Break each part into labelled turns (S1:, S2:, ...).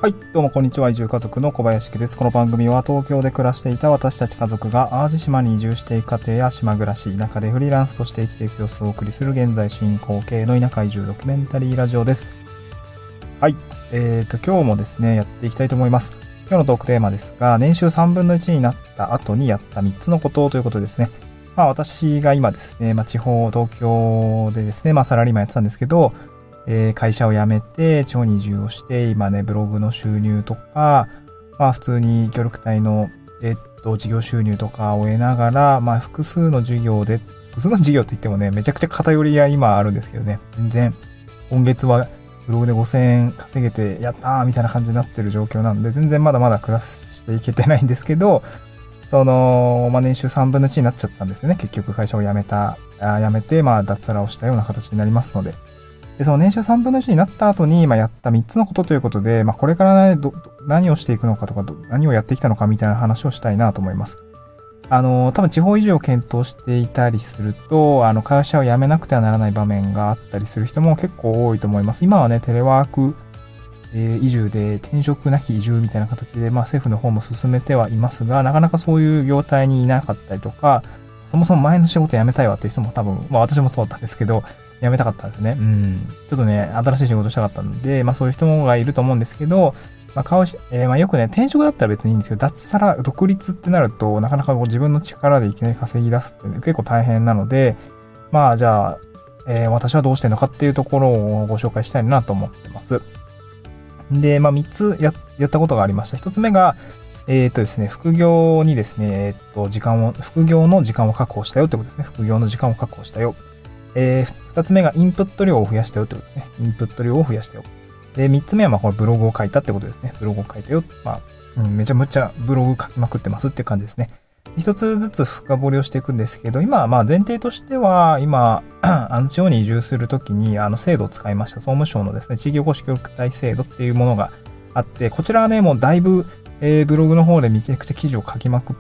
S1: はい、どうもこんにちは。移住家族の小林家です。この番組は東京で暮らしていた私たち家族が淡路島に移住していく過程や島暮らし、田舎でフリーランスとして生きていく様子をお送りする現在進行形の田舎移住ドキュメンタリーラジオです。はい、今日もですね、やっていきたいと思います。今日のトークテーマですが、年収3分の1になった後にやった3つのことということですね。私が今ですね、東京でですね、サラリーマンやってたんですけど、会社を辞めて地方に移住をして、今ね、ブログの収入とか、普通に協力隊の、事業収入とかを得ながら、複数の事業って言ってもね、めちゃくちゃ偏りが今あるんですけどね、全然、今月はブログで5000円稼げて、やったーみたいな感じになってる状況なので、全然まだまだ暮らしていけてないんですけど、年収3分の1になっちゃったんですよね。結局会社を辞めて、脱サラをしたような形になりますので。で、その年収3分の1になった後に、やった3つのことということで、これからね、何をしていくのかとか、何をやってきたのかみたいな話をしたいなと思います。多分地方移住を検討していたりすると、会社を辞めなくてはならない場面があったりする人も結構多いと思います。今はね、テレワーク、移住で転職なき移住みたいな形で、政府の方も進めてはいますが、なかなかそういう業態にいなかったりとか、そもそも前の仕事辞めたいわっていう人も多分、私もそうだったんですけど、辞めたかったんですよね。ちょっとね、新しい仕事したかったんで、そういう人がいると思うんですけど、よくね、転職だったら別にいいんですけど、脱サラ、独立ってなると、なかなか自分の力でいきなり稼ぎ出すって、結構大変なので、じゃあ、私はどうしてるのかっていうところをご紹介したいなと思ってます。で、3つやったことがありました。1つ目が、ですね、副業にですね、副業の時間を確保したよってことですね。副業の時間を確保したよ。二つ目がインプット量を増やしたよってことですね。インプット量を増やしたよ。で、三つ目はこのブログを書いたってことですね。ブログを書いたよ。めちゃめちゃブログ書きまくってますって感じですね。一つずつ深掘りをしていくんですけど、今、前提としては、地方に移住するときに、制度を使いました。総務省のですね、地域おこし協力隊制度っていうものがあって、こちらはね、もうだいぶ、ブログの方でめちゃくちゃ記事を書きまくって、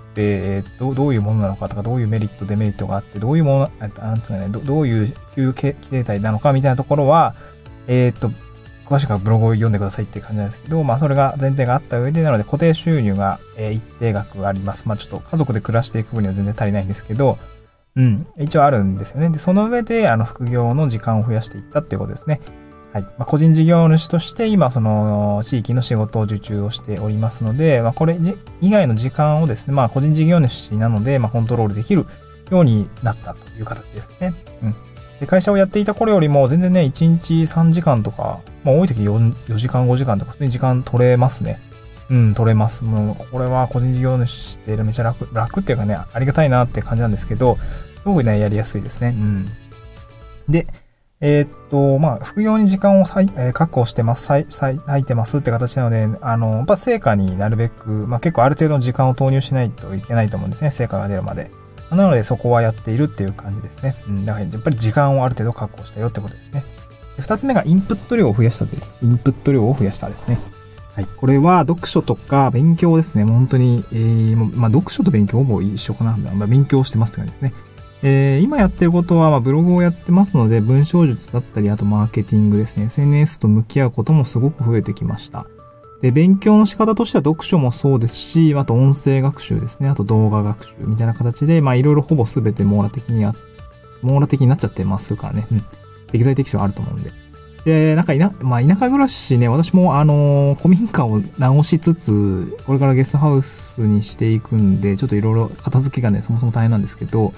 S1: どういうものなのかとか、どういうメリット、デメリットがあって、どういうもの、どういう形態なのかみたいなところは、詳しくはブログを読んでくださいっていう感じなんですけど、それが前提があった上で、なので固定収入が、一定額あります。ちょっと家族で暮らしていく分には全然足りないんですけど、一応あるんですよね。で、その上で、副業の時間を増やしていったっていうことですね。はい。個人事業主として今、地域の仕事を受注をしておりますので、これ以外の時間をですね、個人事業主なので、コントロールできるようになったという形ですね。で、会社をやっていた頃よりも全然ね、1日3時間とか、多い時4時間5時間とか普通に時間取れますね。取れます。もう、これは個人事業主ってめちゃ楽っていうかね、ありがたいなって感じなんですけど、すごくね、やりやすいですね。で、副業に時間を確保してます、割いてますって形なので、成果になるべく、結構ある程度の時間を投入しないといけないと思うんですね、成果が出るまで。なので、そこはやっているっていう感じですね。だからやっぱり時間をある程度確保したよってことですね。二つ目がインプット量を増やしたです。インプット量を増やしたですね。はい。これは読書とか勉強ですね。本当に、読書と勉強ほぼ一緒かな。勉強してますって感じですね。今やってることは、ブログをやってますので、文章術だったり、あとマーケティングですね。SNS と向き合うこともすごく増えてきました。で、勉強の仕方としては読書もそうですし、あと音声学習ですね。あと動画学習みたいな形で、いろいろほぼすべて網羅的になっちゃってますからね。適材適所あると思うんで。で、田舎暮らしね、私も古民家を直しつつ、これからゲストハウスにしていくんで、ちょっといろいろ片付けがね、そもそも大変なんですけど、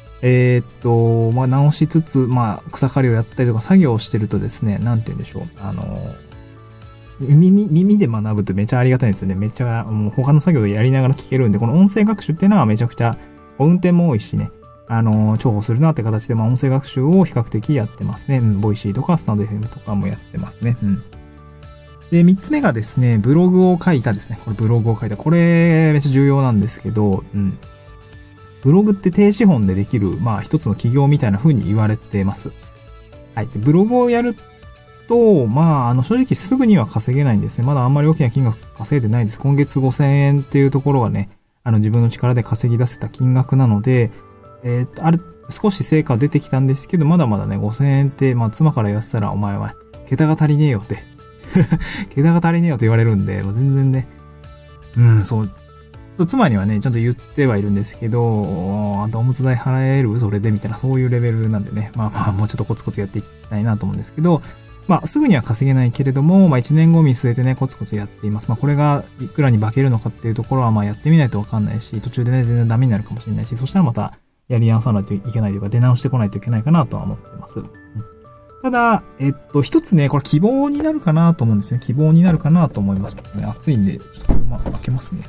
S1: 直しつつ、草刈りをやったりとか作業をしてるとですね、なんて言うんでしょう。耳で学ぶとめちゃありがたいんですよね。めっちゃ、もう他の作業をやりながら聞けるんで、この音声学習っていうのはめちゃくちゃ、運転も多いしね、重宝するなって形で、音声学習を比較的やってますね。ボイシーとかスタンド FM とかもやってますね。で、三つ目がですね、ブログを書いたですね。これめっちゃ重要なんですけど、ブログって低資本でできる、一つの企業みたいな風に言われてます。はい。で、ブログをやると、正直すぐには稼げないんですね。まだあんまり大きな金額稼いでないです。今月5000円っていうところはね、自分の力で稼ぎ出せた金額なので、少し成果出てきたんですけど、まだまだね、5000円って、妻から言わせたら、お前は、桁が足りねえよって桁が足りねえよと言われるんで、もう全然ね、そう。妻にはね、ちゃんと言ってはいるんですけど、おむつ代払えるそれでみたいな、そういうレベルなんでね、もうちょっとコツコツやっていきたいなと思うんですけど、すぐには稼げないけれども、1年後見据えてね、コツコツやっています。これがいくらに化けるのかっていうところは、やってみないとわかんないし、途中でね、全然ダメになるかもしれないし、そしたらまたやり直さないといけないというか、出直してこないといけないかなとは思ってます。ただ、一つね、これ希望になるかなと思うんですね。希望になるかなと思います。ちょっとね、暑いんで、ちょっと開けますね。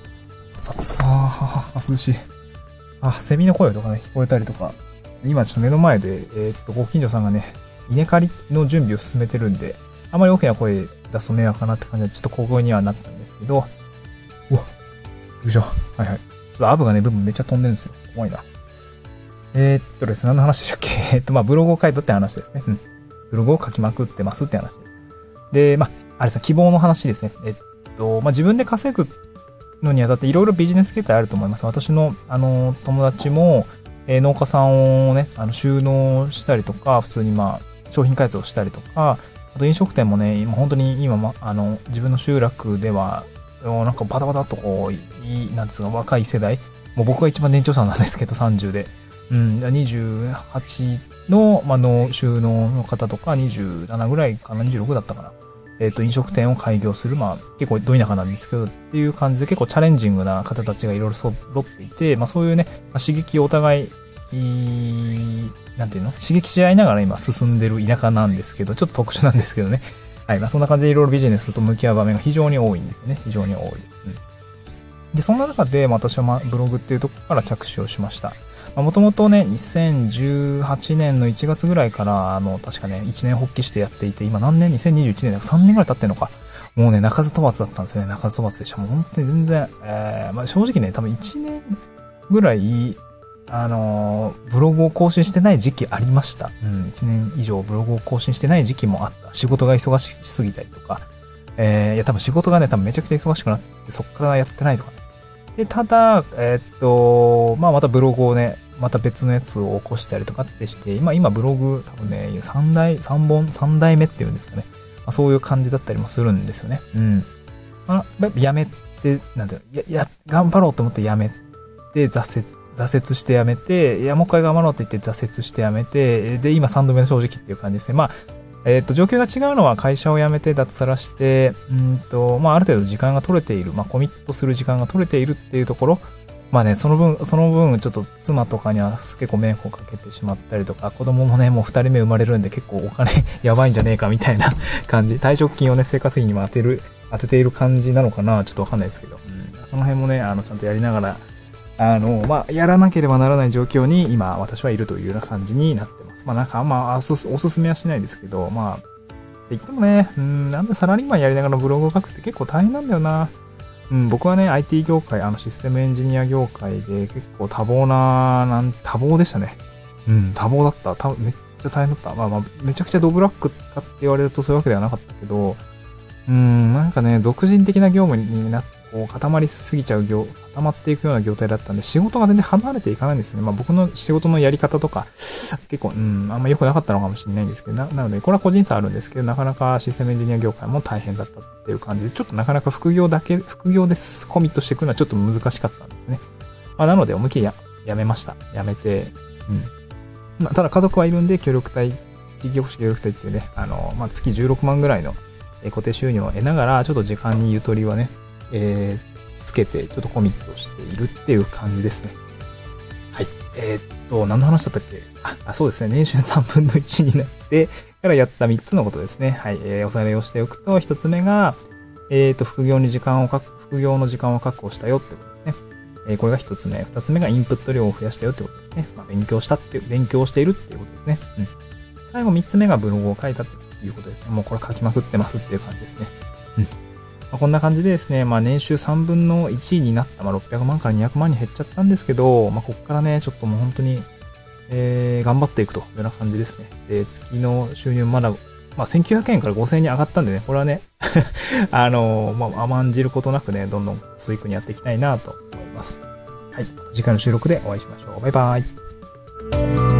S1: 涼しい。セミの声とかね、聞こえたりとか、今ちょっと目の前で、ご近所さんがね、稲刈りの準備を進めてるんで、あまり大きな声出すと迷惑かなって感じで、ちょっと小声にはなったんですけど、うわ、よいしょ。はいはい。ちょっとアブがね、部分めっちゃ飛んでるんですよ。怖いな。ですね、何の話でしたっけブログを書いたって話ですね。ブログを書きまくってますって話です。で、あれさ、希望の話ですね。自分で稼ぐのにあたっていろいろビジネス形態あると思います。私の、友達も、農家さんをね、収納したりとか、普通に商品開発をしたりとか、あと飲食店もね、本当に今、自分の集落では、なんかバタバタっとなんですか、若い世代、もう僕が一番年長さんなんですけど、30で。28の、収納の方とか、27ぐらいかな、26だったかな。飲食店を開業する、結構ど田舎なんですけど、っていう感じで結構チャレンジングな方たちがいろいろ揃っていて、そういうね、刺激をお互い、なんていうの？刺激し合いながら今進んでる田舎なんですけど、ちょっと特殊なんですけどね。はい。そんな感じでいろいろビジネスと向き合う場面が非常に多いんですよね。非常に多いです。で、そんな中で、私はブログっていうところから着手をしました。もともとね、2018年の1月ぐらいから、確かね、1年発起してやっていて、今何年 ?2021 年だから3年ぐらい経ってんのか。もうね、鳴かず飛ばずだったんですよね。鳴かず飛ばずでした。もう本当に全然、正直ね、多分1年ぐらい、ブログを更新してない時期ありました。1年以上ブログを更新してない時期もあった。仕事が忙しすぎたりとか。いや、多分仕事がね、めちゃくちゃ忙しくなって、そっからやってないとかね。で、ただ、またブログをね、また別のやつを起こしたりとかってして、今ブログ多分ね、3代目っていうんですかね。そういう感じだったりもするんですよね。やめて、なんていうの、頑張ろうと思ってやめて、挫折してやめて、もう一回頑張ろうって言って挫折してやめて、で、今3度目の正直っていう感じですね。状況が違うのは会社を辞めて脱サラして、ある程度時間が取れている、コミットする時間が取れているっていうところ、その分、ちょっと妻とかには結構迷惑をかけてしまったりとか、子供もね、もう2人目生まれるんで結構お金やばいんじゃねえかみたいな感じ。退職金をね、生活費にも当てている感じなのかな、ちょっとわかんないですけど、その辺もね、ちゃんとやりながら、やらなければならない状況に今私はいるというような感じになってます。なんかおすすめはしないですけど、って言ってもね、なんでサラリーマンやりながらブログを書くって結構大変なんだよな。僕はね、IT 業界、システムエンジニア業界で結構多忙でしたね。多忙だった。めっちゃ大変だった。めちゃくちゃドブラックかって言われるとそういうわけではなかったけど、なんかね、俗人的な業務に固まりすぎちゃう固まっていくような業態だったんで、仕事が全然離れていかないんですね。僕の仕事のやり方とか、結構、あんま良くなかったのかもしれないんですけど、なので、これは個人差あるんですけど、なかなかシステムエンジニア業界も大変だったっていう感じで、ちょっとなかなか副業でコミットしていくのはちょっと難しかったんですね。なので、思いっきりやめました。やめて、ただ家族はいるんで、地域おこし協力隊っていうね、月16万ぐらいの固定収入を得ながら、ちょっと時間にゆとりはね、つけて、ちょっとコミットしているっていう感じですね。はい。何の話だったっけ？そうですね。年収3分の1になってからやった3つのことですね。はい。おさらいをしておくと、1つ目が、副業の時間を確保したよってことですね。これが1つ目。2つ目がインプット量を増やしたよってことですね。勉強しているっていうことですね。最後3つ目がブログを書いたっていうことですね。もうこれ書きまくってますっていう感じですね。こんな感じでですね、年収3分の1になった、600万から200万に減っちゃったんですけど、こっからね、ちょっともう本当に、頑張っていくというような感じですね。で、月の収入まだ、1900円から5000円に上がったんでね、これはね、甘んじることなくね、どんどんスイックにやっていきたいなと思います。はい。次回の収録でお会いしましょう。バイバイ。